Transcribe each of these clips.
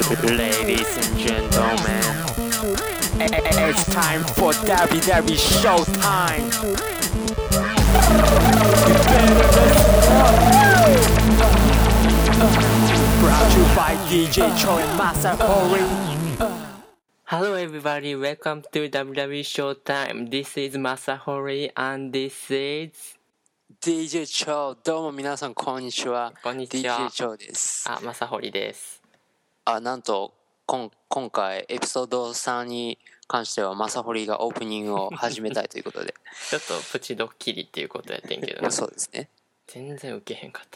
Ladies and gentlemen, it's time for WWE Showtime. You better listen up. Brought to you by DJ Cho and Masahori. Hello everybody, welcome to WWE Showtime. This is Masahori and this is DJ チョウ、どうも皆さんこんにちは。 こんにちは。 DJ チョウです。 Masahori です。 なんと今回エピソード3に関してはMasahoriがオープニングを始めたいということでちょっとプチドッキリっていうことやってんけどね。 そうですね。 全然ウケへんかった。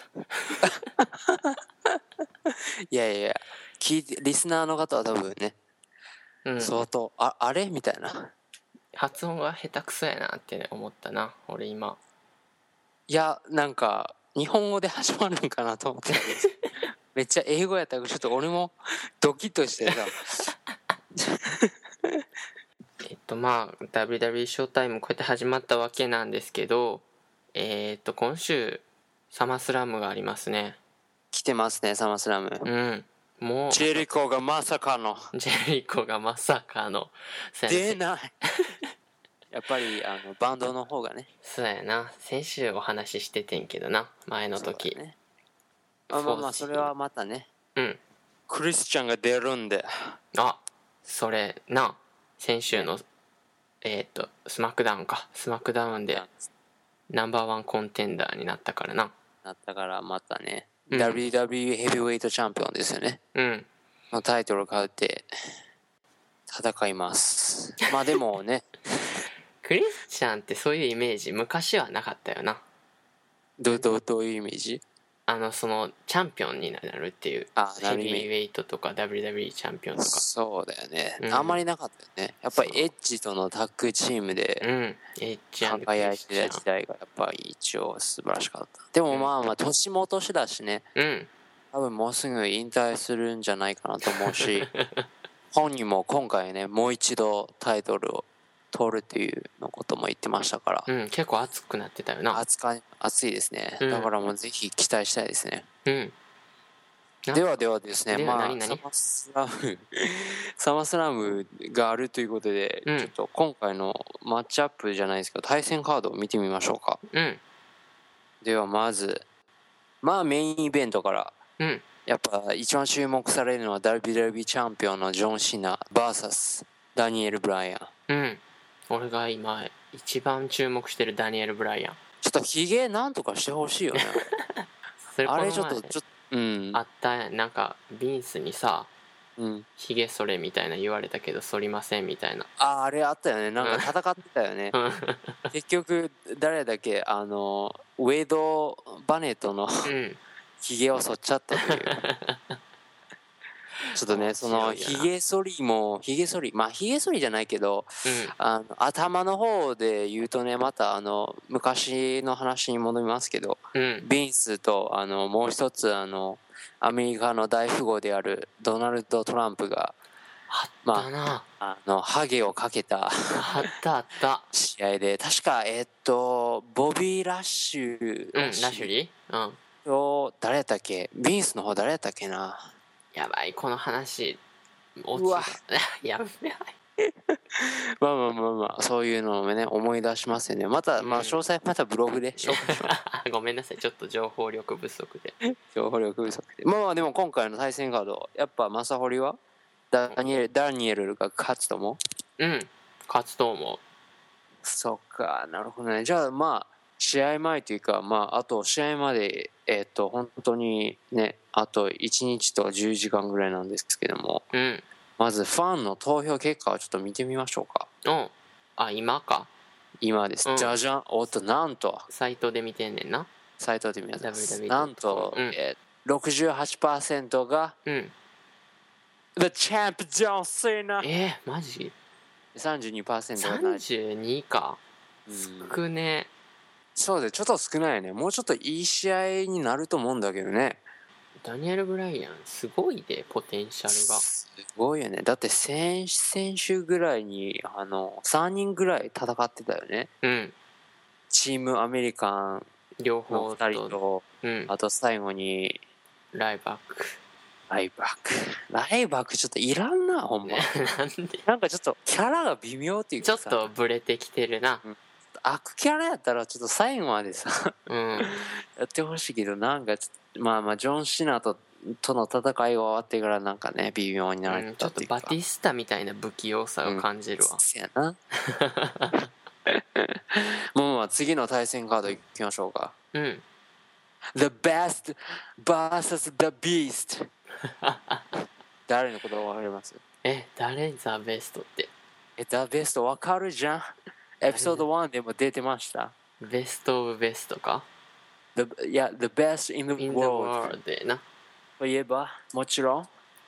いや聞いてリスナーの方は多分ね、相当あれみたいな発音が下手くそやなって、思ったな俺今。 いやなんか日本語で始まるんかなと思ってたんですめっちゃ英語やったからちょっと俺もドキッとしてさ WWE ショータイムこうやって始まったわけなんですけど、今週サマスラムがありますね。 来てますね、サマスラム。 もうジェリコがまさかの先生出ないやっぱりバンドの方がね。 そうやな、先週お話ししててんけどな、前の時。 ね、まあそれはまたね。クリスチャンが出るんで。 それな、先週のスマックダウンでナンバーワンコンテンダーになったからな。 なったからまたね、WWE ヘビーウェイトチャンピオンですよね。のタイトルを買って戦います。まあでもねクリスチャンってそういうイメージ昔はなかったよな。 どういうイメージ？ そのチャンピオンになるっていう、ヘビーウェイトとか WWE チャンピオンとか。そうだよね、あんまりなかったよね。やっぱりエッジとのタッグチームで輝いてた時代がやっぱり一応素晴らしかった。でもまあ年も年だしね、多分もうすぐ引退するんじゃないかなと思うし本人も今回ねもう一度タイトルを取るっていうのことも言ってましたから、 結構熱くなってたよな。 熱いですね、だからもうぜひ期待したいですね。ではですね、サマスラムがあるということで、ちょっと今回のマッチアップじゃないですけど対戦カードを見てみましょうか。ではまずメインイベントから、やっぱ一番注目されるのは WWE チャンピオンのジョン・シナ VS ダニエル・ブライアン。 俺が今一番注目してるダニエル・ブライアン。 ちょっとヒゲなんとかしてほしいよねあれちょっとあったやん、なんかビンスにさ、ヒゲ剃れみたいな言われたけど剃りませんみたいな。 あれあったよね、なんか戦ってたよね結局誰だっけ、ウェイド・バネットのヒゲを剃っちゃったというちょっとね、そのヒゲ剃りじゃないけど、頭の方で言うとね、また昔の話に戻りますけど、ビンスともう一つアメリカの大富豪であるドナルド・トランプがハゲをかけた試合で、確かボビー・ラッシュラッシュリー誰やったっけ、ビンスの方誰やったっけな。 やばいこの話やばいまあそういうのをね思い出しますよね。また詳細またブログで紹介しますごめんなさい、ちょっと情報力不足ででも今回の対戦カードやっぱマサホリはダニエルが勝つと思う。 勝つと思う。 そっか、なるほどね。じゃあ試合前というかあと試合まで本当にねあと1日と10時間ぐらいなんですけども、まずファンの投票結果をちょっと見てみましょうか。今です。じゃじゃん。なんとサイトで見てんねんな。 サイトで見ます。なんと、68% が、The Champ John Cena。 マジ 32% が 32か。少ね。 そうでちょっと少ないよね。もうちょっといい試合になると思うんだけどね。 ダニエル・ブライアンすごいで、ポテンシャルがすごいよね。だって先週ぐらいに3人ぐらい戦ってたよね。チームアメリカン両方の2人と、あと最後にライバックライバックちょっといらんなほんまなんでなんかちょっとキャラが微妙っていうかさちょっとブレてきてるな、 悪キャラやったらちょっと最後までさ、やってほしいけどなんかまあジョン・シナとの戦いが終わってからなんかね微妙になる、 ちょっとバティスタみたいな不器用さを感じるわ、 そうやなもう次の対戦カードいきましょうか。The Best vs The Beast 誰のことわかります？ 誰ザ・ベストって。 ザ・ベストわかるじゃん。エピソード1でも出てました。 ベスト・オブ・ベストか。 The best in the world でな。 といえばもちろん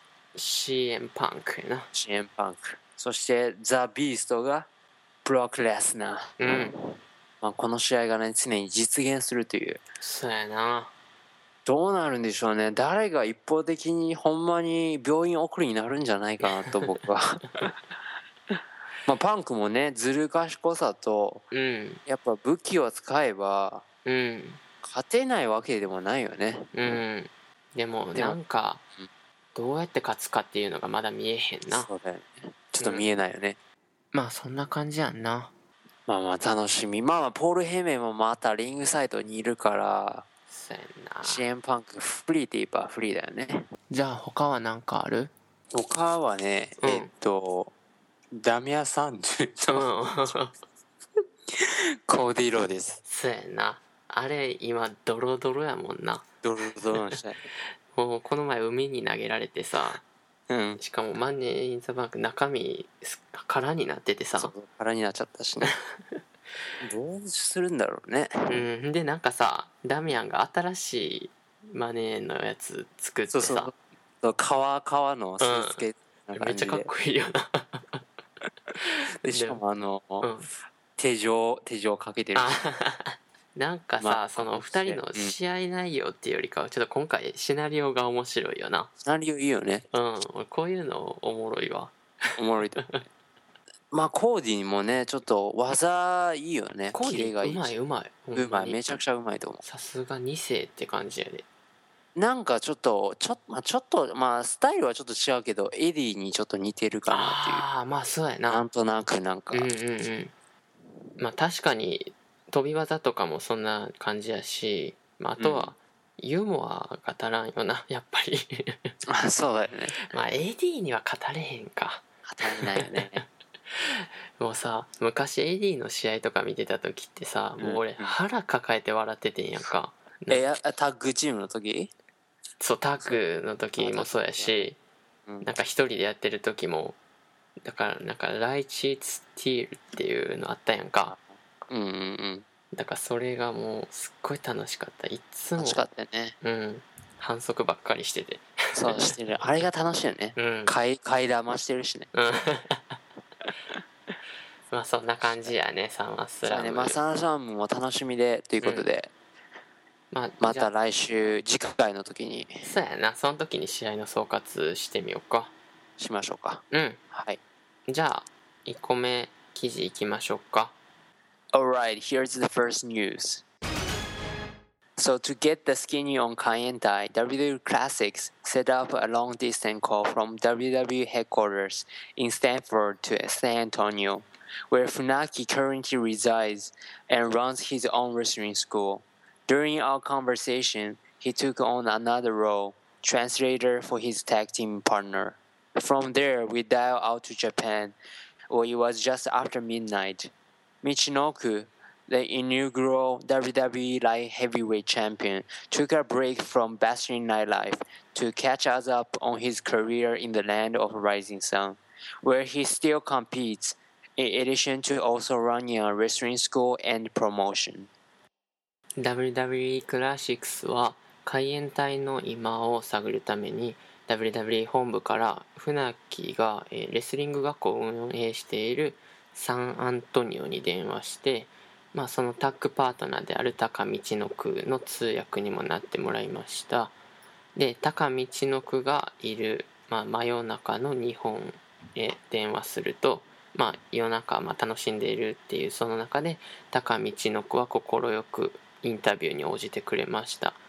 CM パンクやな。 CM パンク。そしてザ・ビーストがブロック・レスナー。まあ、この試合がね常に実現するという。 そうやな。 どうなるんでしょうね。誰が一方的にほんまに病院送りになるんじゃないかなと僕はまあパンクもねずる賢さと、やっぱ武器を使えば、勝てないわけでもないよね。 でもなんかどうやって勝つかっていうのがまだ見えへんな。 そうだよね。ちょっと見えないよね。 まあそんな感じやんな。 まあ楽しみ。まあポール・ヘイメンもまたリングサイドにいるからそうやな。 CM パンクフリーって言えばフリーだよね。 じゃあ他は何かある？ 他はね、ダミア・サンドゥと、コーディ・ローです。 そうやな。あれ今ドロドロやもんな。 ドロドロしたいもうこの前海に投げられてさ、しかもマネー・イン・ザ・バンク中身空になっててさ、 空になっちゃったしねどうするんだろうね。 でなんかさダミアンが新しいマネーのやつ作ってさ、 革のスーツケースめっちゃかっこいいよなでしかも手錠かけてるなんかさ、その2人の試合内容っていうよりかはちょっと今回シナリオが面白いよな。 シナリオいいよね。 こういうのおもろいわ。 おもろいとまあコーディもねちょっと技いいよね。 コーディキレがいいしうまいめちゃくちゃうまいと思う。 さすが2世って感じやで。 なんかちょっとまあスタイルはちょっと違うけどエディにちょっと似てるかなっていう。 まあそうやな。 なんとなくなんかまあ確かに飛び技とかもそんな感じやし、あとはユーモアが足らんよなやっぱりそうだよね。 まあ AD には語れへんか。 語れないよねもうさ昔 AD の試合とか見てた時ってさ、もう俺腹抱えて笑っててんやんか。 タッグチームの時？ そうタッグの時もそうやし、なんか一人でやってる時もだからなんかライチスティールっていうのあったやんか。だからそれがもうすっごい楽しかった。いつも楽しかったよね。 反則ばっかりしててそうしてる。あれが楽しいよね。替え玉してるしね。 まあそんな感じやね。サマースラム。 まあサマースラムも楽しみでということで、また来週次回の時にそうやな。その時に試合の総括してみようか。 しましょうか。はい。 じゃあ1個目記事いきましょうか。 Alright, here's the first news. So to get the skinny on Kaientai, WWE Classics set up a long-distance call from WWE headquarters in Stanford to San Antonio, where Funaki currently resides and runs his own wrestling school. During our conversation, he took on another role, translator for his tag team partner. From there, we dialed out to Japan, where it was just after midnight. Michinoku, the inaugural WWE Light Heavyweight Champion, took a break from Bashing Nightlife to catch us up on his career in the land of Rising Sun, where he still competes, in addition to also running a wrestling school and promotion. WWE クラシックスは海援隊の今を探るために WWE 本部から船木がレスリング学校を運営しているサンアントニオに電話して、そのタッグパートナーである高道の区の通訳にもなってもらいました。で高道の区がいる、真夜中の日本へ電話すると、夜中楽しんでいるっていうその中で高道の区は快くインタビューに応じてくれました。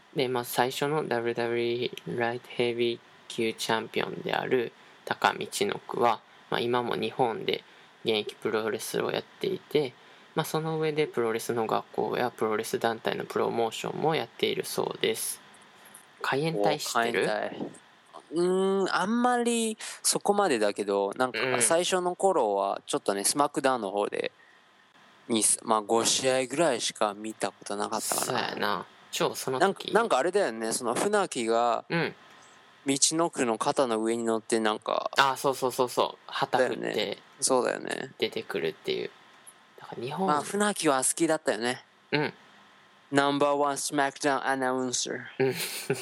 で、まあ、最初の WWE ライトヘビー級チャンピオンである高道のくは、まあ、今も日本で現役プロレスをやっていて、まあ、その上でプロレスの学校やプロレス団体のプロモーションもやっているそうです。海援隊知ってる？ あんまりそこまでだけど、なんか最初の頃はちょっとね、スマックダウンの方でまあ5試合ぐらいしか見たことなかったかな。 そうやな。その時なんかあれだよね、その船木が道のくの肩の上に乗ってなんか、 そう旗振ってそうだよね、 出てくるっていう。だから日本、 まあ船木は好きだったよね。ナンバーワンスマックダウンアナウンサー。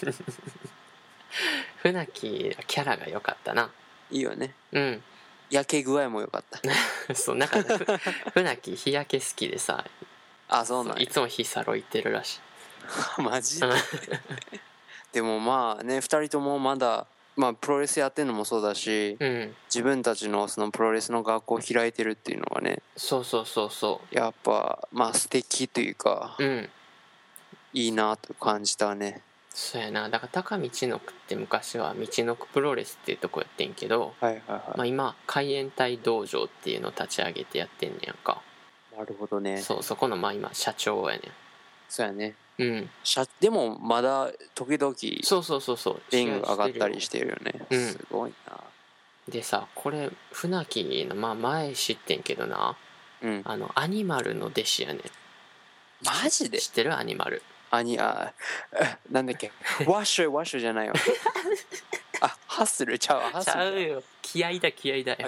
船木キャラが良かったな。 いいよね。焼け具合も良かったそう、なんか船木日焼け好きでさ、 そうなんや。 いつも日サロ行ってるらしいマジででもまあね、2人ともまだ、まあ、プロレスやってるのもそうだし、自分たちのそのプロレスの学校を開いてるっていうのはね、やっぱまあ素敵というか、いいなと感じたね。 そうやな。だから高道のくって昔は道のくプロレスっていうとこやってんけど、まあ、今海援隊道場っていうのを立ち上げてやってんねやんか。 なるほどね。 そこのまあ今社長やねん。 そうやね。でもまだ時々リング上がったりしてるよね。すごいな。 でさ、これ船木のまあ前知ってんけどな、アニマルの弟子やねん。 マジで？ 知ってる？アニマル。 なんだっけ、ワッシュじゃないわ。ハッスルちゃうわ。 ちゃうよ。気合だよ。 気合だ。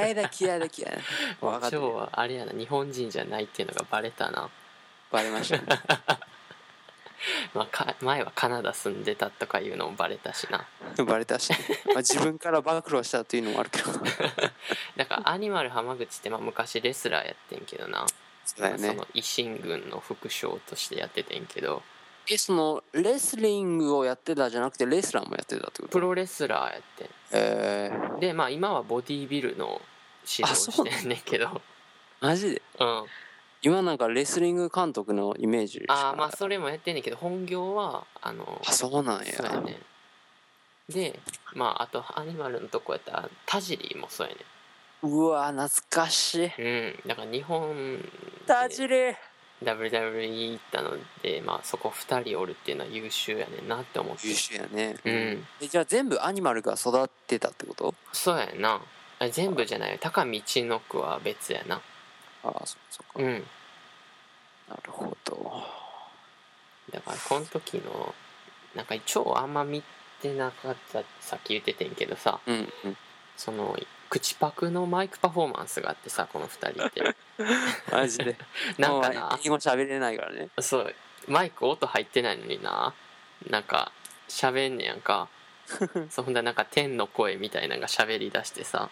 今日はあれやな、日本人じゃないっていうのがバレたな。 バレましたね。 まあ、前はカナダ住んでたとかいうのもバレたしな。 バレたし、自分から暴露したっていうのもあるけど。 だからアニマル浜口ってまあ昔レスラーやってんけどな。そうだよね。その維新軍の副将としてやっててんけど。 そのレスリングをやってたじゃなくてレスラーもやってたってこと？ プロレスラーやってん。でまあ今はボディービルの指導してんねんけど。 マジで？今なんかレスリング監督のイメージしか。 まあそれもやってんねんけど、本業はそうなんや。 そうやね。でまああとアニマルのとこやったら田尻もそうやねん。 うわ懐かしい。 だから日本田尻 WWE 行ったので、まあそこ2人おるっていうのは優秀やねんなって思って。 優秀やね。じゃあ全部アニマルが育ってたってこと？ そうやな。全部じゃないよ。高道のくは別やな。 そうか。なるほど。 だからこの時のなんか超あんま見てなかったってさっき言っててんけどさ、その口パクのマイクパフォーマンスがあってさ、この2人ってマジでなんかな、英語喋れないからね。 そうマイク音入ってないのにな、なんか喋んねやんか。そんななんか天の声みたいなのが喋り出してさ、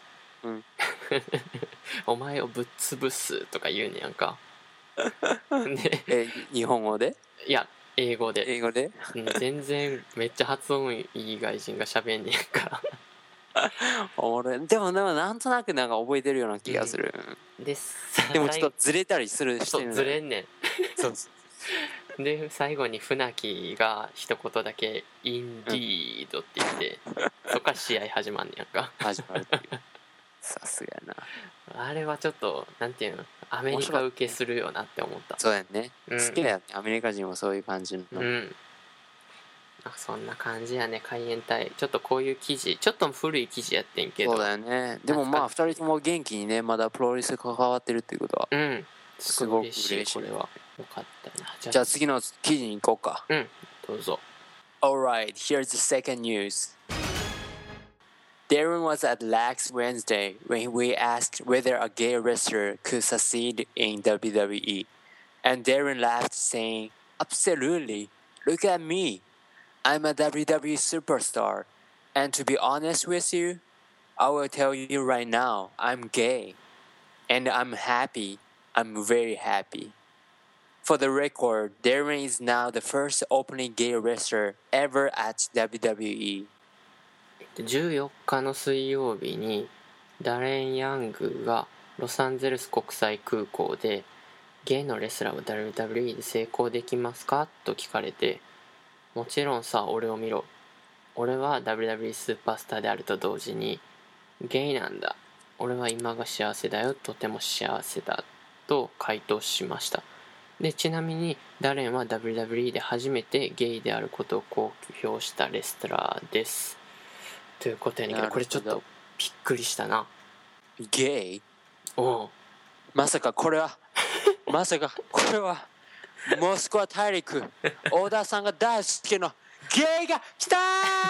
お前をぶっ潰すとか言うねやんか。 で日本語で？ いや英語で。全然めっちゃ発音いい外人が喋んねやんか。 でもなんとなくなんか覚えてるような気がする。でもちょっとずれたりしてる。 そうずれんねん。で最後に船木が一言だけ「インディード」って言って、そっから試合始まんねやんか。 始まるっていう。さすがやな。あれはちょっとなんていうの、アメリカ受けするよなって思った。 そうやね、好きだよね、アメリカ人もそういう感じの。 そんな感じやね。海援隊ちょっとこういう記事、ちょっと古い記事やってんけど。 そうだよね。でもまあ2人とも元気にね、まだプロレス関わってるっていうことはすごく嬉しい。これはよかったな。 じゃあ次の記事に行こうか。 どうぞ。 Alright, here's the second news. Darren was at Lax Wednesday when we asked whether a gay wrestler could succeed in WWE, and Darren laughed, saying, "Absolutely. Look at me. I'm a WWE superstar, and to be honest with you, I will tell you right now, I'm gay. And I'm happy. I'm very happy." For the record, Darren is now the first openly gay wrestler ever at WWE. 14日の水曜日にダレン・ヤングがロサンゼルス国際空港でゲイのレスラーは WWE で成功できますかと聞かれて、 もちろんさ、俺を見ろ。俺は WWE スーパースターであると同時にゲイなんだ。俺は今が幸せだよ。とても幸せだ。と回答しました。で、ちなみにダレンは WWE で初めてゲイであることを公表したレスラーです。ということやねんけど、これちょっとびっくりしたな。 ゲイ？ おう。 まさかこれはモスクワ大陸、小田さんが大好きのゲイが来たー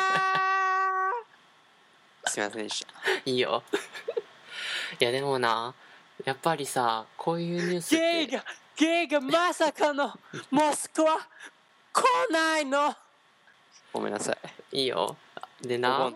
すいませんでした。 いいよ。いやでもな、やっぱりさ、こういうニュースってゲイがまさかのモスクワ来ないの。ごめんなさい。 いいよ。でな、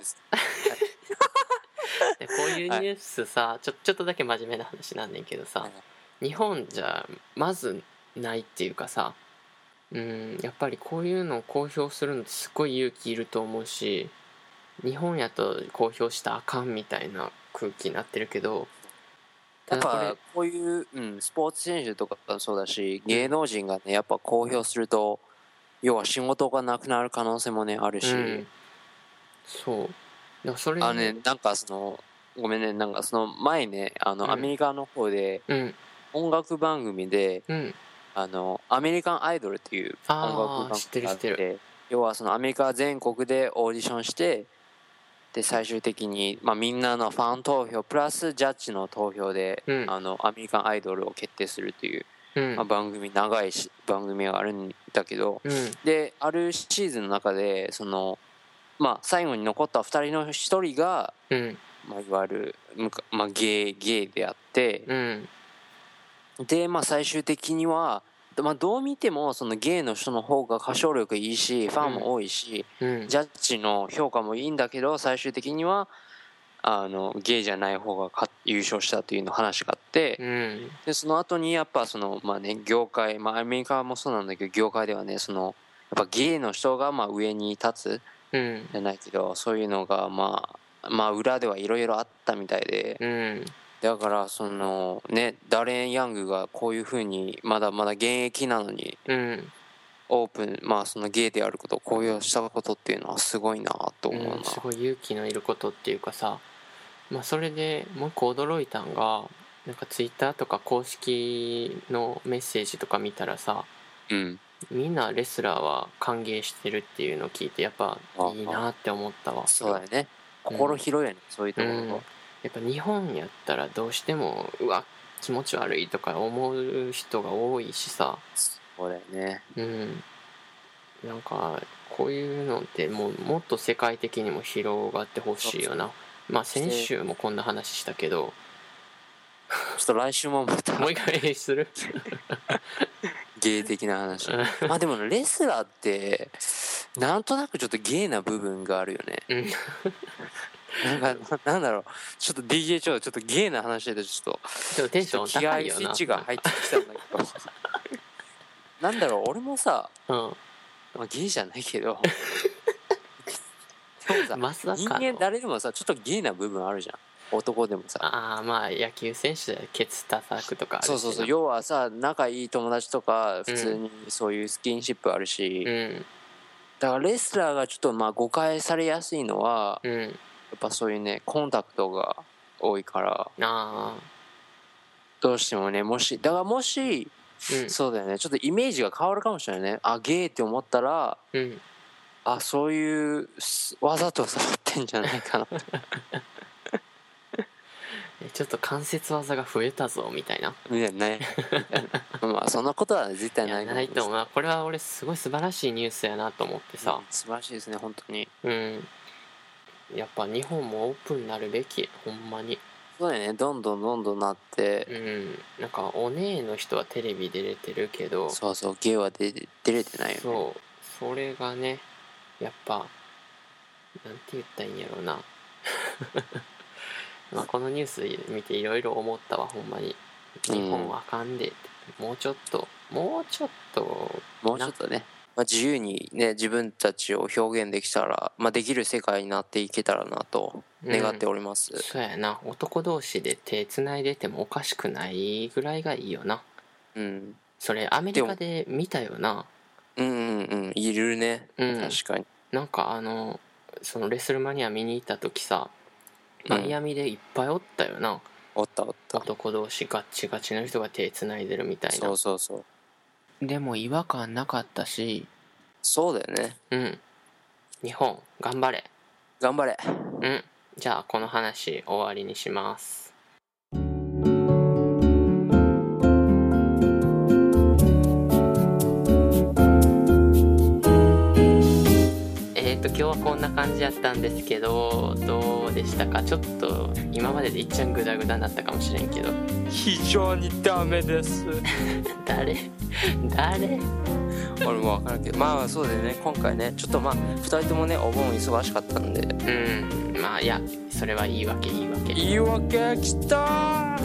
でこういうニュースさ、はい、ちょっとだけ真面目な話なんねんけどさ、日本じゃまずないっていうかさ、やっぱりこういうのを公表するのってすごい勇気いると思うし、日本やと公表したらあかんみたいな空気になってるけど、 やっぱこういう、スポーツ選手とかそうだし、芸能人がねやっぱ公表すると、要は仕事がなくなる可能性もねあるし、 そうだからそれね、なんかごめんね、なんかその前ねアメリカの方で、音楽番組で、アメリカンアイドルっていう音楽番組があって、要はそのアメリカ全国でオーディションして、で最終的に、みんなのファン投票プラスジャッジの投票で、アメリカンアイドルを決定するっていう、番組、長い番組があるんだけど、であるシーズンの中で最後に残った2人の1人が、いわゆる、ゲイであって、で最終的には、どう見てもそのゲイの人の方が歌唱力いいしファンも多いし、ジャッジの評価もいいんだけど、最終的にはゲイじゃない方が優勝したというの話があって、でその後にやっぱ業界、アメリカもそうなんだけど、業界ではねやっぱゲイの人が上に立つじゃないけど、そういうのが裏ではいろいろあったみたいで、だからダレン・ヤングがこういうふうにまだまだ現役なのに、オープンそのゲイであることを公表したことっていうのはすごいなと思うな、 すごい勇気のいることっていうかさ、それでもう一個驚いたんが、なんかツイッターとか公式のメッセージとか見たらさ、みんなレスラーは歓迎してるっていうのを聞いて、やっぱいいなって思ったわ。 そうだよね、心広いよね、そういうところが、 やっぱ日本やったらどうしてもうわ気持ち悪いとか思う人が多いしさ。 そうだよね。 なんかこういうのってもっと世界的にも広がってほしいよな。先週もこんな話したけど、 ちょっと来週もまたもう一回するゲイ的な話でもレスラーってなんとなくちょっとゲイな部分があるよね。なんだろう、ちょっと DJ ちょっとゲイな話でちょっとテンション高いよな。 気合スイッチが入ってきたんだけどなんだろう、俺もさ、ゲイじゃないけどでもさ、人間誰でもさちょっとゲイな部分あるじゃん、男でもさ。 野球選手でケツ叩くとかあるしな。 そう要はさ、仲いい友達とか普通にそういうスキンシップあるし、だからレスラーがちょっと誤解されやすいのは、やっぱそういうねコンタクトが多いから、どうしてもね、もしそうだよね、ちょっとイメージが変わるかもしれないね。ゲイって思ったら、そういうわざと触ってんじゃないかなちょっと関節技が増えたぞみたいな。 そんなことは絶対ないと思う。これは俺すごい素晴らしいニュースやなと思ってさ、 素晴らしいですね本当に。 やっぱ日本もオープンになるべき、ほんまに。 そうだよね、どんどんなって、 なんかお姉の人はテレビ出れてるけど、 そうゲイは出れてないよね。 それがね、やっぱなんて言ったらいいんやろうなこのニュース見ていろいろ思ったわ、ほんまに。日本はあかんでって、もうちょっとね、自由にね自分たちを表現できたら、できる世界になっていけたらなと願っております。 そうやな、男同士で手つないでてもおかしくないぐらいがいいよな。それアメリカで見たよな。 いるね、確かに。 なんかそのレスルマニア見に行った時さ、マイアミでいっぱいおったよな。 おった男同士ガッチガチの人が手つないでるみたいな。 そうでも違和感なかったし。 そうだよね。 日本頑張れ。じゃあこの話終わりにします。今日はこんな感じやったんですけど、どうでしたか？ちょっと今まででいっちゃんグダグダになったかもしれんけど。 非常にダメです。 誰俺も分からんけど、まあそうだよね。今回ねちょっと2人ともねお盆忙しかったんで、 いやそれは言い訳きた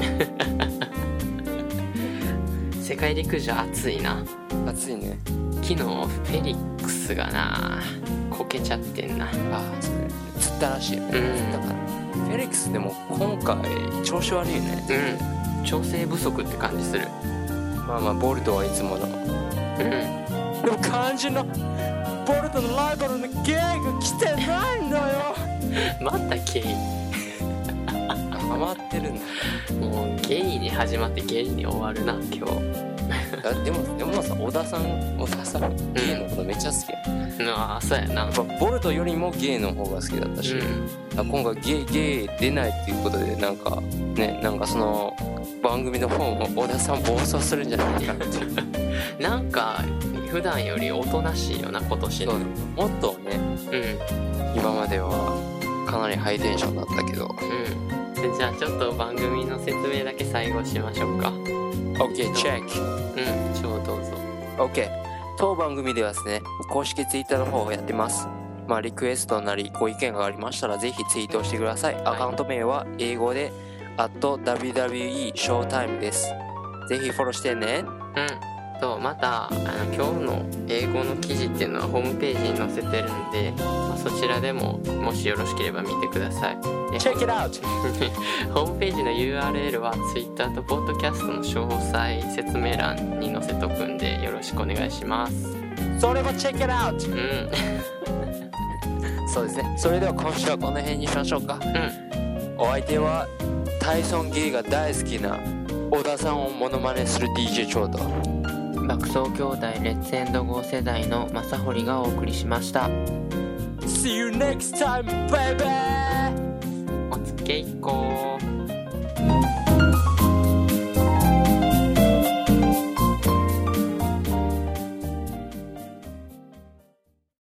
世界陸上暑いな。 暑いね。 昨日フェリックスがなこけちゃってんな。 そうね、釣ったらしいよね。だからフェリックスでも今回調子悪いよね。 調整不足って感じする。 ボルトはいつもの。でも肝心のボルトのライバルのゲイが来てないんだよ。 またゲイハマってるんだ。 もうゲイに始まってゲイに終わるな今日。 でもさ、小田さんゲイのことめっちゃ好き。 そうやな。 ボルトよりもゲイの方が好きだったし、今回ゲイ出ないっていうことでなんかその番組の方も小田さん暴走するんじゃないかってなんか普段よりおとなしいよな今年。 もっとね、今まではかなりハイテンションだったけど。 じゃあちょっと番組の説明だけ最後しましょうか。 OK、チェック。 どうぞ。 OK。当番組ではですね、公式ツイッターの方をやってます。リクエストなりご意見がありましたらぜひツイートをしてください。アカウント名は英語で@WWE Showtime です。ぜひフォローしてね。 また今日の英語の記事っていうのはホームページに載せてるんで、そちらでももしよろしければ見てください。 Check it out! ホームページの URL は Twitter と Podcast の詳細説明欄に載せとくんでよろしくお願いします。 それも Check it out! そうですね。それでは今週はこの辺にしましょうか。お相手はタイソン・ゲイが大好きな小田さんをモノマネする DJ ちょうど爆走兄弟レッツエンドゴー世代の正堀がお送りしました。 See you next time, baby! おつけいこう。